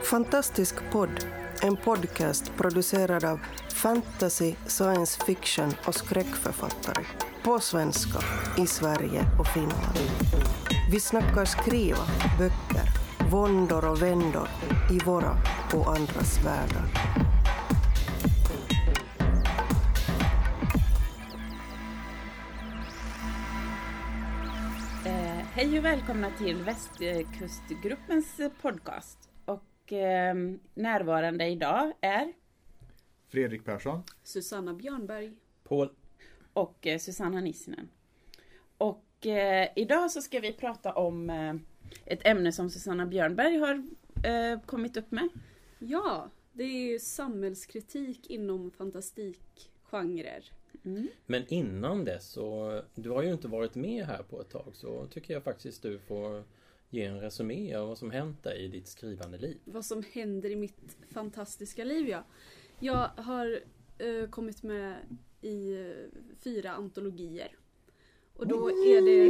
Fantastisk podd, en podcast producerad av fantasy, science fiction och skräckförfattare. På svenska, i Sverige och Finland. Vi snackar skriva, böcker, våndor och vändor i våra och andras världar. Hej och välkomna till Västkustgruppens podcast. Och närvarande idag är Fredrik Persson, Susanna Björnberg, Paul och Susanna Nissinen. Och idag så ska vi prata om ett ämne som Susanna Björnberg har kommit upp med. Ja, det är ju samhällskritik inom fantastikgenrer. Mm. Men innan dess så, du har ju inte varit med här på ett tag, så tycker jag faktiskt du får ge en resumé av vad som hänt dig i ditt skrivande liv. Vad som händer i mitt fantastiska liv, ja. Jag har kommit med i 4 antologier. Och då är det...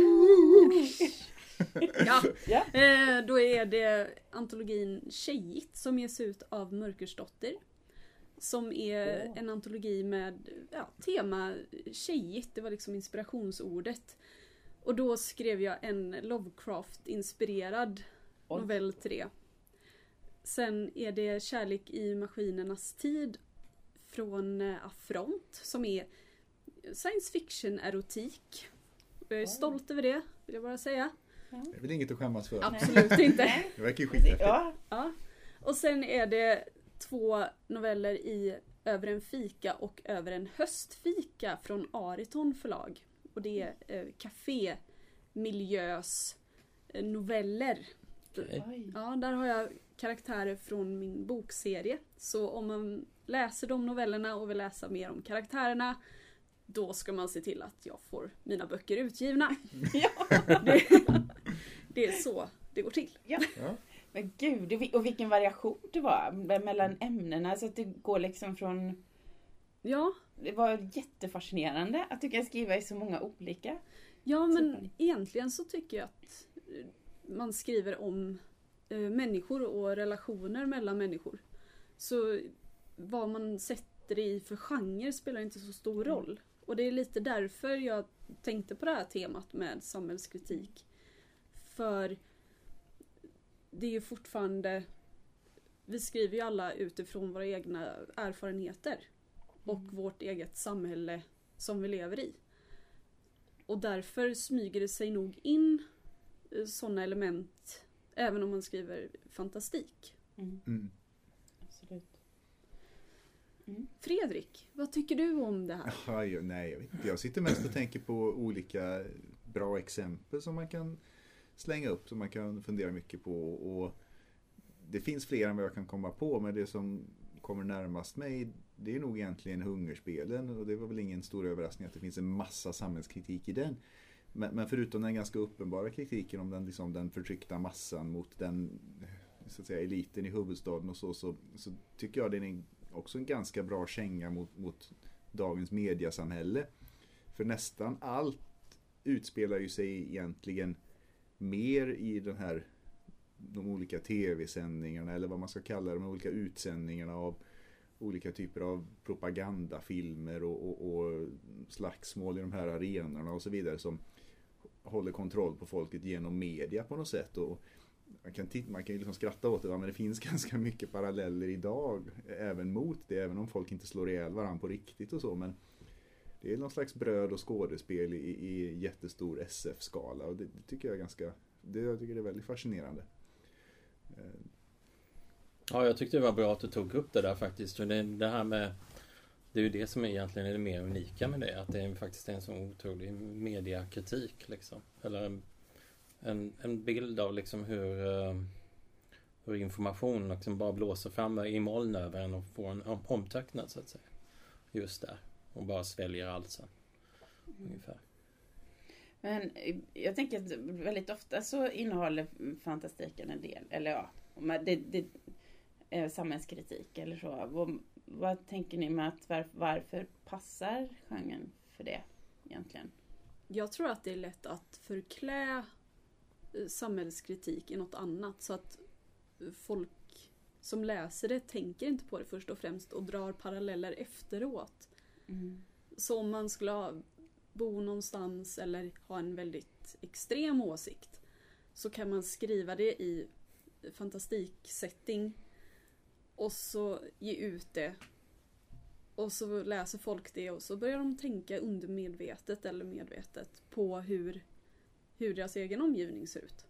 Då är det antologin Tjejigt som ges ut av Mörkersdotter. Som är en antologi med tema tjejigt, det var liksom inspirationsordet. Och då skrev jag en Lovecraft-inspirerad novell 3. Sen är det Kärlek i maskinernas tid från Affront, som är science fiction-erotik. Jag är stolt över det, vill jag bara säga. Det är väl inget att skämmas för. Absolut inte. Det verkar ju skithäftigt. Ja. Och sen är det 2 noveller i Över en fika och Över en höstfika från Ariton förlag. Och det är kafémiljös noveller. Okay. Ja, där har jag karaktärer från min bokserie. Så om man läser de novellerna och vill läsa mer om karaktärerna, då ska man se till att jag får mina böcker utgivna. Det är så det går till. Ja. Men gud, och vilken variation det var mellan ämnena, så att det går liksom från... Ja. Det var jättefascinerande att du kan skriva i så många olika. Ja, men egentligen så tycker jag att man skriver om människor och relationer mellan människor. Så vad man sätter i för genre spelar inte så stor roll. Och det är lite därför jag tänkte på det här temat med samhällskritik. För det är ju fortfarande, vi skriver ju alla utifrån våra egna erfarenheter och vårt eget samhälle som vi lever i. Och därför smyger det sig nog in sådana element även om man skriver fantastik. Absolut. Fredrik, vad tycker du om det här? Nej, jag vet inte. Jag sitter mest och tänker på olika bra exempel som man kan slänga upp, som man kan fundera mycket på. Och det finns fler än vad jag kan komma på, men det som kommer närmast mig, det är nog egentligen Hungerspelen. Och det var väl ingen stor överraskning att det finns en massa samhällskritik i den. Men förutom den ganska uppenbara kritiken om den förtryckta massan mot den, så att säga, eliten i huvudstaden och så tycker jag den är också en ganska bra känga mot dagens mediasamhälle. För nästan allt utspelar ju sig egentligen mer i de olika tv-sändningarna, eller vad man ska kalla de olika utsändningarna av olika typer av propagandafilmer och slagsmål i de här arenorna och så vidare, som håller kontroll på folket genom media på något sätt. Och man kan ju liksom skratta åt det, men det finns ganska mycket paralleller idag även mot det, även om folk inte slår ihjäl varandra på riktigt och så, men det är någon slags bröd och skådespel i jättestor SF-skala, och det tycker jag jag tycker det är väldigt fascinerande. Ja, jag tyckte det var bra att du tog upp det där faktiskt. För det här med, det är ju det som egentligen är det mer unika med det, att det är faktiskt en så otrolig mediakritik liksom. Eller en bild av liksom hur information liksom bara blåser fram i moln över en och får en omtöcknad, så att säga. Just där. Och bara sväljer allt sen. Ungefär. Men jag tänker att väldigt ofta så innehåller fantastiken en del, eller ja, det är samhällskritik eller så. Vad tänker ni med att varför passar genren för det egentligen? Jag tror att det är lätt att förklä samhällskritik i något annat, så att folk som läser det tänker inte på det först och främst och drar paralleller efteråt. Så om man skulle bo någonstans eller ha en väldigt extrem åsikt så kan man skriva det i fantastiksetting och så ge ut det. Och så läser folk det och så börjar de tänka undermedvetet eller medvetet på hur deras egen omgivning ser ut.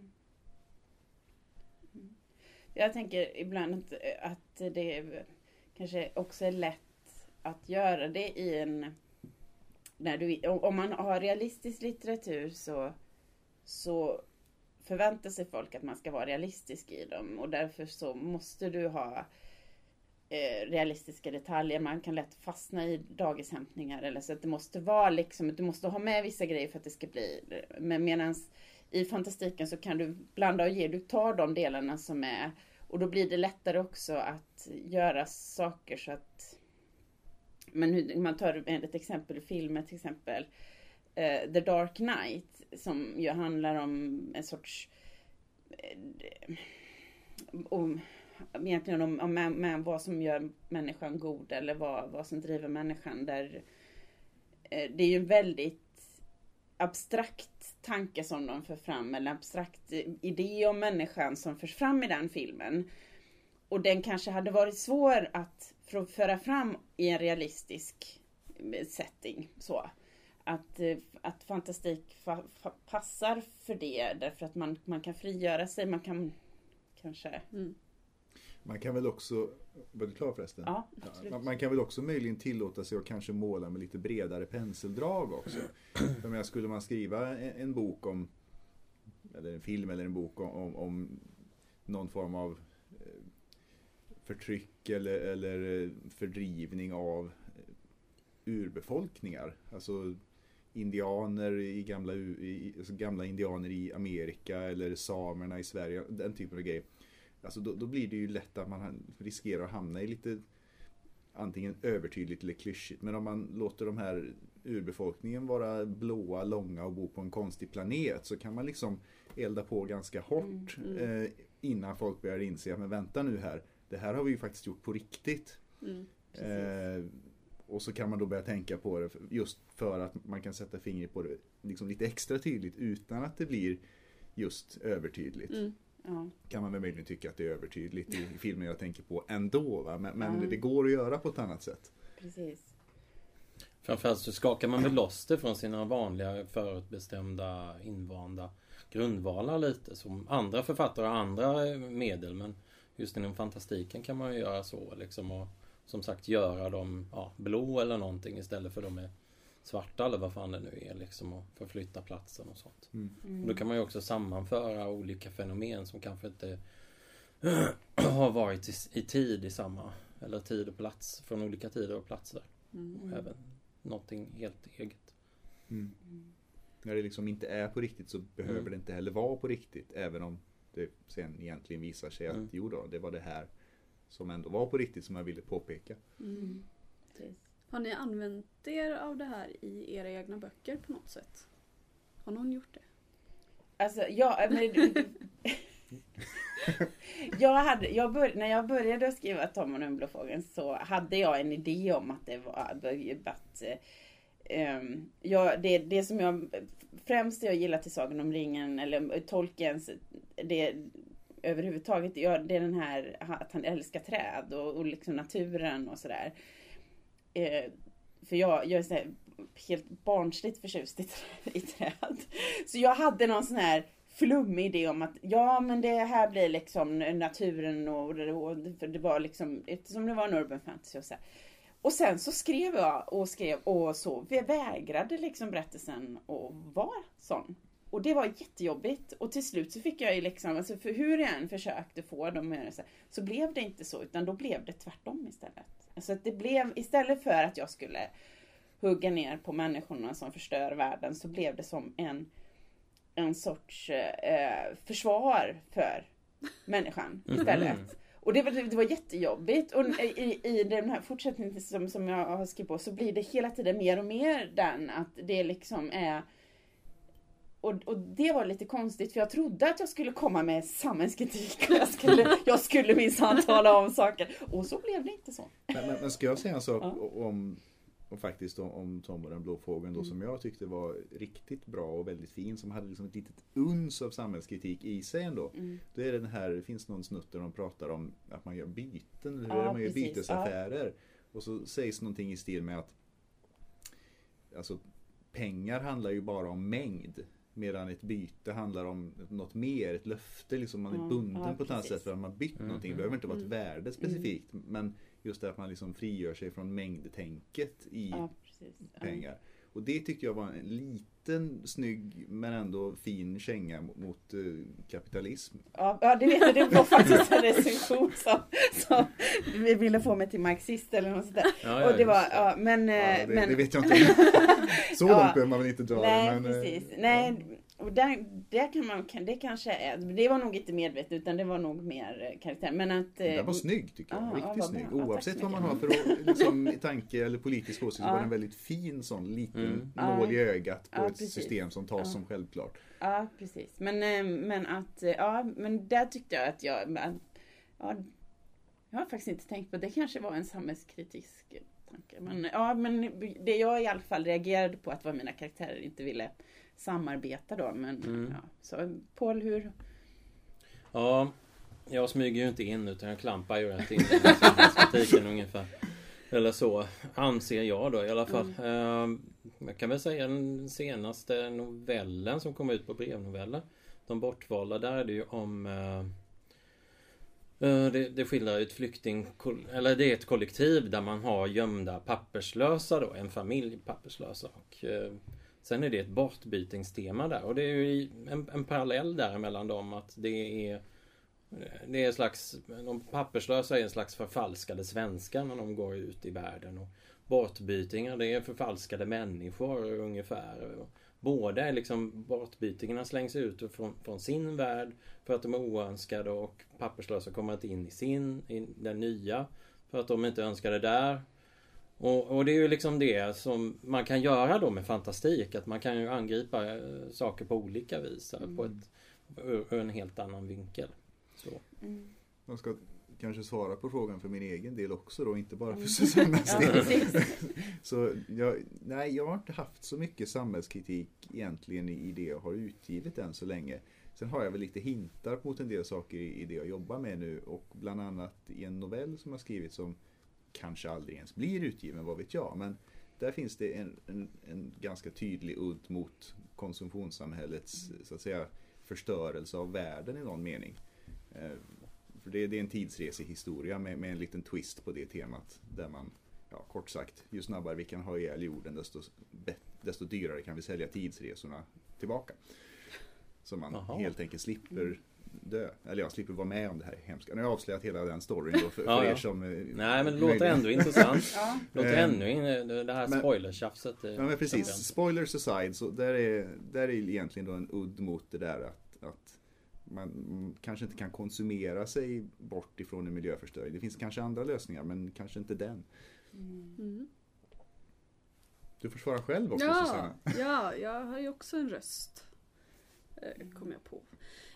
Jag tänker ibland att det kanske också är lätt att göra det i en... om man har realistisk litteratur så förväntar sig folk att man ska vara realistisk i dem. Och därför så måste du ha realistiska detaljer. Man kan lätt fastna i dagishämtningar. Eller så att det måste vara liksom, du måste ha med vissa grejer för att det ska bli... Men medans i fantastiken så kan du blanda och ge. Du tar de delarna som är... Och då blir det lättare också att göra saker så att... Men man tar ett exempel i filmen till exempel. The Dark Knight. Som ju handlar om en sorts... egentligen om vad som gör människan god. Eller vad som driver människan. Där, det är ju en väldigt abstrakt tanke som de för fram. Eller abstrakt idé om människan som förs fram i den filmen. Och den kanske hade varit svår att föra fram i en realistisk setting. Så. Att fantastik passar för det. Därför att man kan frigöra sig. Man kan kanske... Man kan väl också... Var du klar förresten? Ja, absolut. Man kan väl också möjligen tillåta sig att kanske måla med lite bredare penseldrag också. För skulle man skriva en bok om... Eller en film eller en bok om någon form av förtryck eller fördrivning av urbefolkningar. Alltså indianer i gamla indianer i Amerika eller samerna i Sverige. Den typen av grejer. Alltså då blir det ju lätt att man riskerar att hamna i lite antingen övertydligt eller klyschigt. Men om man låter de här urbefolkningen vara blåa, långa och bo på en konstig planet så kan man liksom elda på ganska hårt innan folk börjar inse att men vänta nu här, det här har vi ju faktiskt gjort på riktigt. Och så kan man då börja tänka på det just för att man kan sätta fingret på det liksom lite extra tydligt utan att det blir just övertydligt. Ja. Kan man väl möjligen tycka att det är övertydligt i filmen jag tänker på ändå. Va? Men det går att göra på ett annat sätt. Precis. Framförallt så skakar man väl loss det från sina vanliga förutbestämda invanda grundvalar lite. Som andra författare har andra medel. Men just inom fantastiken kan man ju göra så. Liksom, och som sagt göra dem blå eller någonting istället för de är svarta eller vad fan det nu är. Liksom, och förflytta platsen och sånt. Och då kan man ju också sammanföra olika fenomen som kanske inte har varit i tid i samma. Eller tid och plats. Från olika tider och platser. Och även någonting helt eget. När det liksom inte är på riktigt så behöver det inte heller vara på riktigt. Även om det sen egentligen visar sig att jo då, det var det här som ändå var på riktigt som jag ville påpeka. Har ni använt er av det här i era egna böcker på något sätt? Har någon gjort det? Alltså, när jag började skriva Tom och den blå fågeln så hade jag en idé om att det var det som jag främst jag gillar till Sagan om ringen eller Tolkiens det överhuvudtaget det är den här att han älskar träd och liksom naturen och sådär. För jag är så här helt barnsligt förtjust i träd. Så jag hade någon sån här flummig idé om att men det här blir liksom naturen och för det var liksom eftersom det var en urban fantasy och så här. Och sen så skrev och så vägrade liksom berättelsen att vara sån. Och det var jättejobbigt. Och till slut så fick jag ju liksom, alltså för hur jag än försökte få dem att göra så blev det inte så. Utan då blev det tvärtom istället. Alltså att det blev, istället för att jag skulle hugga ner på människorna som förstör världen. Så blev det som en sorts försvar för människan istället. Och det var jättejobbigt. Och i den här fortsättningen som jag har skrivit på så blir det hela tiden mer och mer den att det liksom är Och det var lite konstigt, för jag trodde att jag skulle komma med samhällskritik. Jag skulle minsann tala om saker. Och så blev det inte så. Men ska jag säga en sak om Tom och den blå fågeln då, som jag tyckte var riktigt bra och väldigt fin, som hade liksom ett litet uns av samhällskritik i sig ändå. Då är det finns någon snutt där de pratar om att man gör byten, man gör bytesaffärer. Och så sägs någonting i stil med att alltså, pengar handlar ju bara om mängd, medan ett byte handlar om något mer, ett löfte, liksom man är bunden på ett annat sätt för att man bytt någonting. Det behöver inte vara ett värde specifikt, men just det att man liksom frigör sig från mängdtänket i pengar. Och det tyckte jag var en liten, snygg men ändå fin känga mot kapitalism. Ja, det vet jag. Det var faktiskt en recension som vi ville få mig till marxist eller något sånt där. Ja, och det var, men... Det vet jag inte. Så långt behöver man väl inte dra. Nej, men, precis. Nej, och där kan man, det kanske är, det var nog inte medvetet, utan det var nog mer karaktär. Men att... Den var snygg tycker jag. Riktigt snygg. Bra. Oavsett vad man har för liksom, tanke eller politisk åsikt, så var den väldigt fin sån liten nål i ögat på ett system som tas som självklart. Ja, precis. Men där tyckte jag att jag har faktiskt inte tänkt på, det kanske var en samhällskritisk tanke. Men det jag i alla fall reagerade på att var mina karaktärer inte ville samarbeta då. Men så Paul, hur? Ja, jag smyger ju inte in, utan jag klampar ju rätt in i samhällskritiken ungefär. Eller så anser jag då i alla fall. Jag kan väl säga den senaste novellen som kom ut på Brevnoveller, De bortvalda, där är det ju om det skildrar ett eller det är ett kollektiv där man har gömda papperslösa då, en familj papperslösa, och sen är det ett bortbytingstema där, och det är ju en parallell där mellan dem, att det är slags, de papperslösa är en slags förfalskade svenskar när de går ut i världen, och bortbytingar, det är förfalskade människor ungefär. Båda är liksom, bortbytingarna slängs ut från sin värld för att de är oönskade, och papperslösa kommer inte in i den nya för att de inte önskade där. Och det är ju liksom det som man kan göra då med fantastik, att man kan ju angripa saker på olika vis på ur en helt annan vinkel. Så. Jag ska kanske svara på frågan för min egen del också då, inte bara för Susannas del. Så jag har inte haft så mycket samhällskritik egentligen i det jag har utgivit än så länge. Sen har jag väl lite hintar mot en del saker i det jag jobbar med nu, och bland annat i en novell som jag skrivit som kanske aldrig ens blir utgiven, vad vet jag, men där finns det en ganska tydlig udd mot konsumtionssamhällets så att säga förstörelse av världen i någon mening. För det är en tidsresehistoria med en liten twist på det temat, där man, kort sagt, ju snabbare vi kan ha ihjäl jorden, desto dyrare kan vi sälja tidsresorna tillbaka. Så man helt enkelt slipper dö. Eller jag slipper vara med om det här hemska. Nu har jag avslöjat hela den storyn då för er som... Nej, men det låter ändå intressant. Låter ännu det här spoilertjafset. Ja, men precis. Spoilers aside, så där är egentligen då en udd mot det där att man kanske inte kan konsumera sig bort ifrån en miljöförstöring. Det finns kanske andra lösningar, men kanske inte den. Du får svara själv också, Susanna. Ja, jag har ju också en röst. Kom jag på.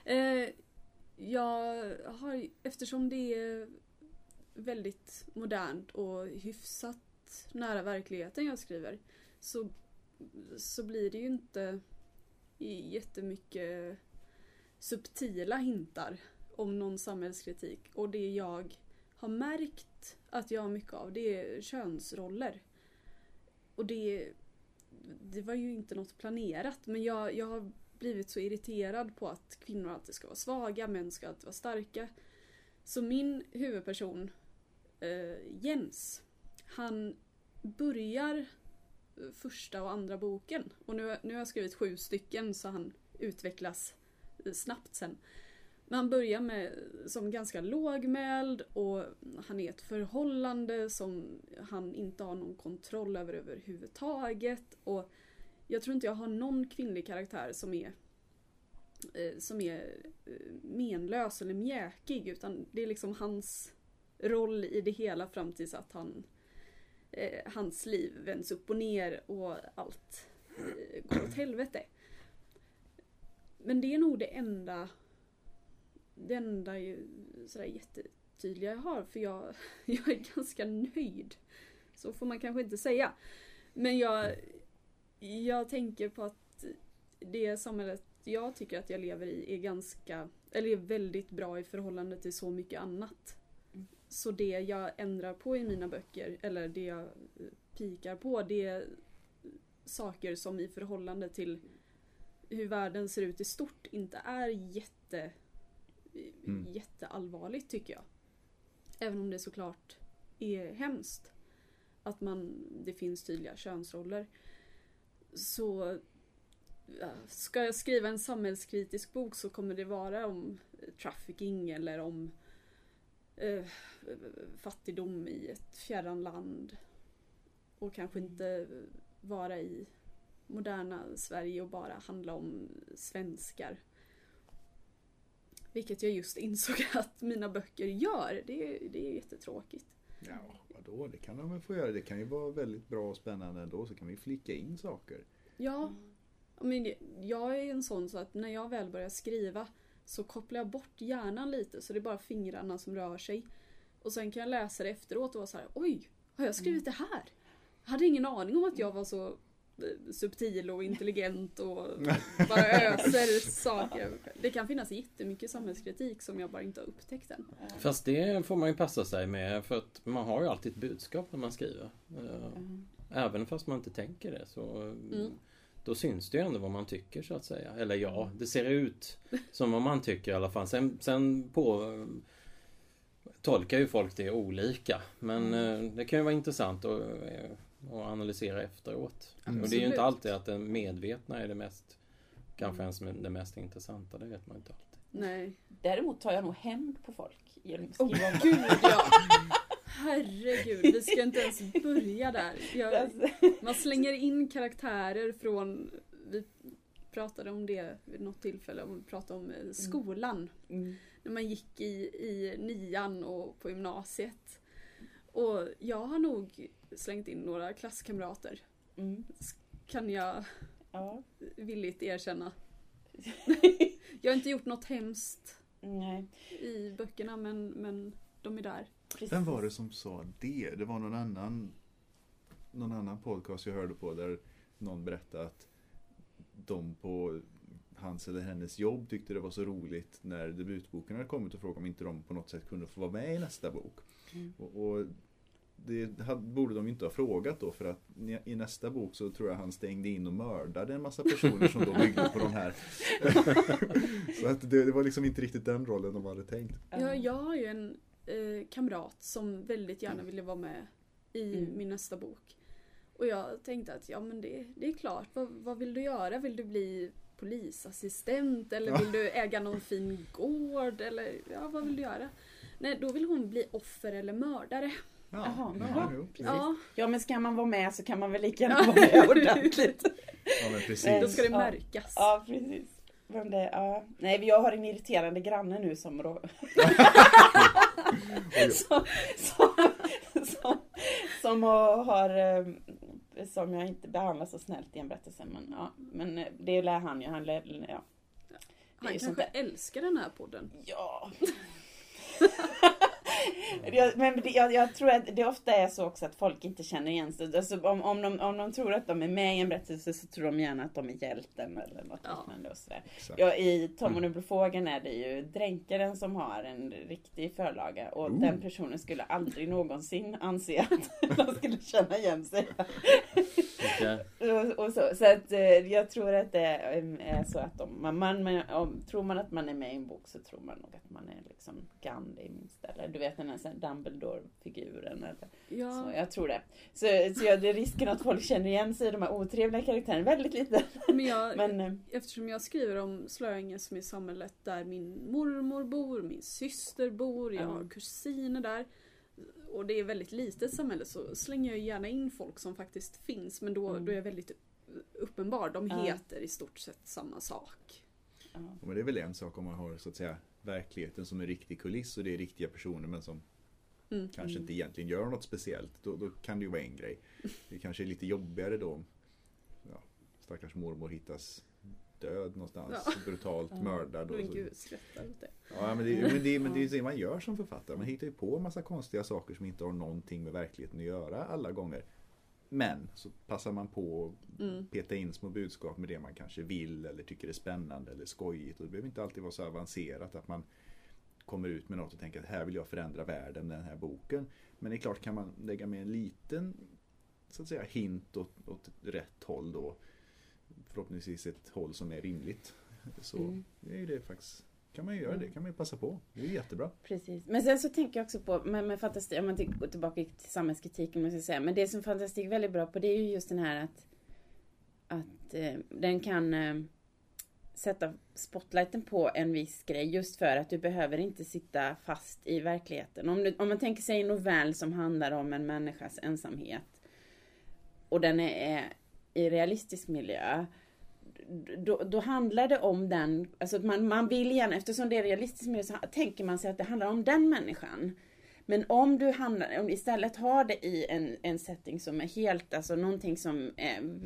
Jag har, eftersom det är väldigt modernt och hyfsat nära verkligheten jag skriver, så blir det ju inte jättemycket subtila hintar om någon samhällskritik. Och det jag har märkt att jag har mycket av, det är könsroller. Och det var ju inte något planerat, men jag har blivit så irriterad på att kvinnor alltid ska vara svaga, män ska alltid vara starka. Så min huvudperson, Jens, han börjar första och andra boken. Och nu har jag skrivit 7 stycken, så han utvecklas snabbt sen. Men han börjar som ganska lågmäld, och han är ett förhållande som han inte har någon kontroll över överhuvudtaget. Och jag tror inte jag har någon kvinnlig karaktär som är menlös eller mjäkig, utan det är liksom hans roll i det hela fram tills att hans liv vänds upp och ner och allt går åt helvete. Men det är nog det enda ju sådär jättetydliga jag har. För jag är ganska nöjd. Så får man kanske inte säga. Men jag tänker på att det samhället jag tycker att jag lever i är väldigt bra i förhållande till så mycket annat. Så det jag ändrar på i mina böcker, eller det jag pikar på, det är saker som i förhållande till hur världen ser ut i stort inte är jätteallvarligt, tycker jag. Även om det såklart är hemskt att det finns tydliga könsroller. Så ska jag skriva en samhällskritisk bok så kommer det vara om trafficking eller om fattigdom i ett fjärran land. Och kanske inte vara i moderna Sverige och bara handla om svenskar. Vilket jag just insåg att mina böcker gör. Det är jättetråkigt. Ja, vadå? Det kan de väl få göra. Det kan ju vara väldigt bra och spännande ändå. Så kan vi flicka in saker. Ja, men jag är en sån så att när jag väl börjar skriva så kopplar jag bort hjärnan lite. Så det är bara fingrarna som rör sig. Och sen kan jag läsa det efteråt och vara så här: oj, har jag skrivit det här? Jag hade ingen aning om att jag var så subtil och intelligent och bara öser saker. Det kan finnas jättemycket samhällskritik som jag bara inte har upptäckt än. Fast det får man ju passa sig med, för att man har ju alltid ett budskap när man skriver. Även fast man inte tänker det så då syns det ju ändå vad man tycker, så att säga. Eller ja, det ser ut som vad man tycker i alla fall. Sen tolkar ju folk det olika. Men det kan ju vara intressant att analysera efteråt. Och det är ju inte alltid att den medvetna är det mest, kanske ens det mest intressanta. Det vet man inte alltid. Nej. Däremot tar jag nog hämnd på folk genom att skriva om gud, ja. Herregud, vi ska inte ens börja där. Man slänger in karaktärer från, vi pratade om det vid något tillfälle, om vi pratade om skolan. När man gick i 9:an och på gymnasiet. Och jag har nog slängt in några klasskamrater. Kan jag villigt erkänna. Jag har inte gjort något hemskt i böckerna, men de är där. Precis. Vem var det som sa det? Det var någon annan podcast jag hörde på där någon berättade att de på hans eller hennes jobb tyckte det var så roligt när debutboken hade kommit och frågade om inte de på något sätt kunde få vara med i nästa bok. Och det borde de inte ha frågat då, för att i nästa bok så tror jag han stängde in och mördade en massa personer som då byggde på de här. Så att det var liksom inte riktigt den rollen de hade tänkt. Ja, jag har ju en kamrat som väldigt gärna ville vara med i min nästa bok. Och jag tänkte att men det är klart. Vad vill du göra? Vill du bli polisassistent? Eller vill du äga någon fin gård? Eller vad vill du göra? Nej, då vill hon bli offer eller mördare. Ja, men ska man vara med så kan man väl lika gärna vara med ordentligt. Ja, men precis. Då ska det märkas. Ja, precis. Nej, jag har en irriterande granne nu som som jag inte behandlar så snällt i en berättelse, men det lär han ju. Han kanske älskar den här podden. Ja. Men jag tror att det ofta är så också att folk inte känner igen sig. Alltså, om de tror att de är med i en berättelse så tror de gärna att de är hjälten eller något liknande och sådär. I Tom och Nubbelfågeln är det ju dränkaren som har en riktig förlaga och den personen skulle aldrig någonsin anse att de skulle känna igen sig. och så att jag tror att det är så att tror man att man är med i en bok så tror man nog att man är liksom Gandhi minst, eller du vet den här Dumbledore-figuren eller så, jag tror det. Så det är risken att folk känner igen sig i de här otrevliga karaktärerna väldigt lite. Men eftersom jag skriver om slöingar som är samhället där min mormor bor, min syster bor, jag har kusiner där och det är väldigt litet samhälle, så slänger jag gärna in folk som faktiskt finns, men då är jag väldigt uppenbar. De heter i stort sett samma sak. Men det är väl en sak om man har så att säga verkligheten som en riktig kuliss och det är riktiga personer men som kanske inte egentligen gör något speciellt. Då kan det ju vara en grej. Det kanske är lite jobbigare då. Stackars mormor hittas död någonstans, brutalt mördad. Och Gud, skrattar åt det. Ja, men det är det man gör som författare. Man hittar ju på en massa konstiga saker som inte har någonting med verkligheten att göra alla gånger. Men så passar man på att peta in små budskap med det man kanske vill eller tycker är spännande eller skojigt. Och det behöver inte alltid vara så avancerat att man kommer ut med något och tänker att här vill jag förändra världen med den här boken. Men det är klart, kan man lägga med en liten så att säga hint åt rätt håll då, förhoppningsvis ett håll som är rimligt, så är ju det faktiskt, kan man ju göra det, kan man ju passa på. Det är jättebra. Precis. Men sen så tänker jag också på med fantastik, om man går tillbaka till samhällskritiken, måste jag säga. Men det som fantastik är väldigt bra på, det är ju just den här att den kan sätta spotlighten på en viss grej, just för att du behöver inte sitta fast i verkligheten. Om man tänker sig en novell som handlar om en människas ensamhet och den är i realistisk miljö, då handlar det om den, alltså man vill gärna, eftersom det är realistisk miljö, så tänker man sig att det handlar om den människan. Men om du istället har det i en setting som är helt, alltså någonting som är,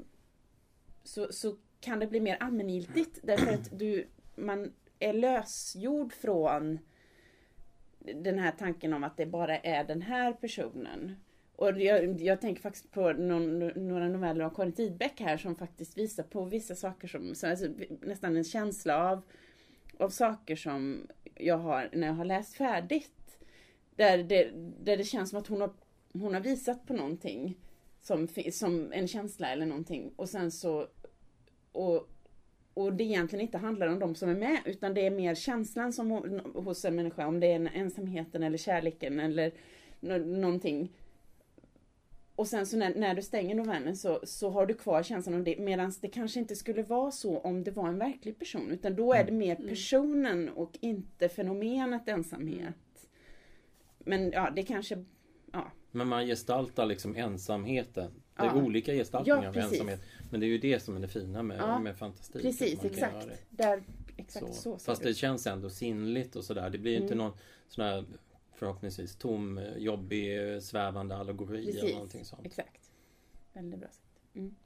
så kan det bli mer allmängiltigt, därför att man är lösgjord från den här tanken om att det bara är den här personen. Och jag tänker faktiskt på några noveller av Karin Tidbeck här som faktiskt visar på vissa saker som alltså, nästan en känsla av saker som jag har när jag har läst färdigt. Där det känns som att hon har visat på någonting som en känsla eller någonting. Och sen så och det egentligen inte handlar om de som är med, utan det är mer känslan som hos en människa, om det är ensamheten eller kärleken eller någonting. Och sen så när du stänger novellen så har du kvar känslan av det, medan det kanske inte skulle vara så om det var en verklig person, utan då är det mer personen och inte fenomenet ensamhet. Men ja, det kanske, ja. Men man gestaltar liksom ensamheten. Det är olika gestaltningar av ensamhet. Men det är ju det som är det fina med fantastik. Precis, exakt. Exakt så. Fast det känns ändå sinnligt och sådär. Det blir inte någon sån här förhoppningsvis tom, jobbig, svävande allegori. Precis, eller någonting sånt. Exakt. Väldigt bra sagt.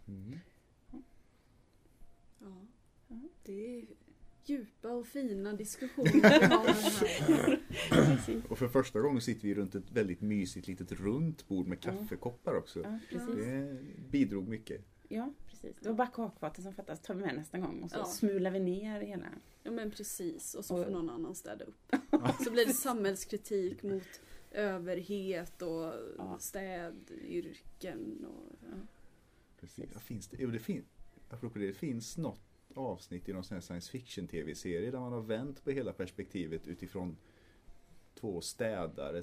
Ja, det är djupa och fina diskussioner vi har här. Och för första gången sitter vi runt ett väldigt mysigt litet runt bord med kaffekoppar också. Ja, precis. Det bidrog mycket. Ja, precis. Det var bara kakfatet som fattas. Tar vi med nästa gång och så smular vi ner hela. Ja, men precis. Och så får någon annan städa upp. Så blir det samhällskritik mot överhet och städyrken. Precis. Ja, det finns något avsnitt i någon sån här science fiction tv-serie där man har vänt på hela perspektivet utifrån två städare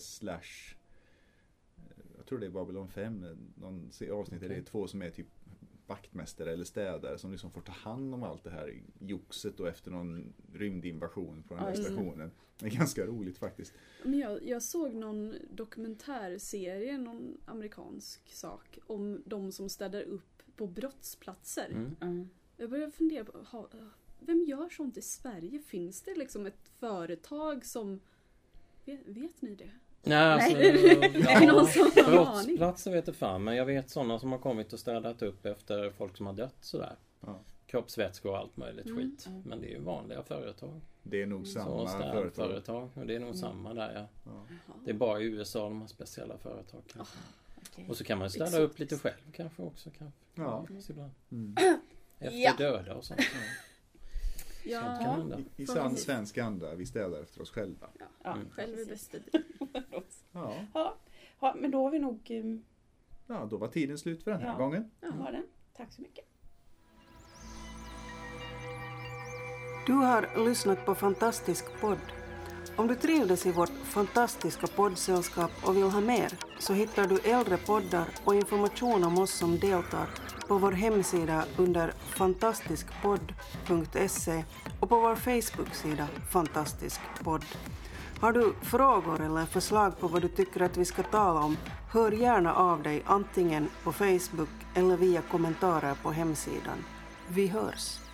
jag tror det är Babylon 5, någon avsnitt där det är två som är typ vaktmästare eller städare som liksom får ta hand om allt det här joxet och efter någon rymdinvasion på den här stationen. Det är ganska roligt faktiskt. Men jag såg någon dokumentärserie, någon amerikansk sak om de som städar upp på brottsplatser. Jag började fundera på, vem gör sånt i Sverige? Finns det liksom ett företag som... Vet ni det? Nej, alltså, brottsplatser vet jag fan, men jag vet sådana som har kommit och städat upp efter folk som har dött sådär. Kroppsvätskor och allt möjligt skit. Men det är ju vanliga företag. Det är nog samma företag. Och det är nog samma där, Det är bara i USA de har speciella företag kanske. Och så kan man städa upp lite själv kanske också. Efter döda och sånt. I sann svensk anda, vi städar efter oss själva. Själv är bästa men då har vi nog... då var tiden slut för den här gången. Var den. Tack så mycket. Du har lyssnat på Fantastisk podd. Om du trivdes i vårt fantastiska poddsällskap och vill ha mer, så hittar du äldre poddar och information om oss som deltar på vår hemsida under fantastiskpodd.se och på vår Facebook-sida Fantastisk podd. Har du frågor eller förslag på vad du tycker att vi ska tala om, hör gärna av dig antingen på Facebook eller via kommentarer på hemsidan. Vi hörs!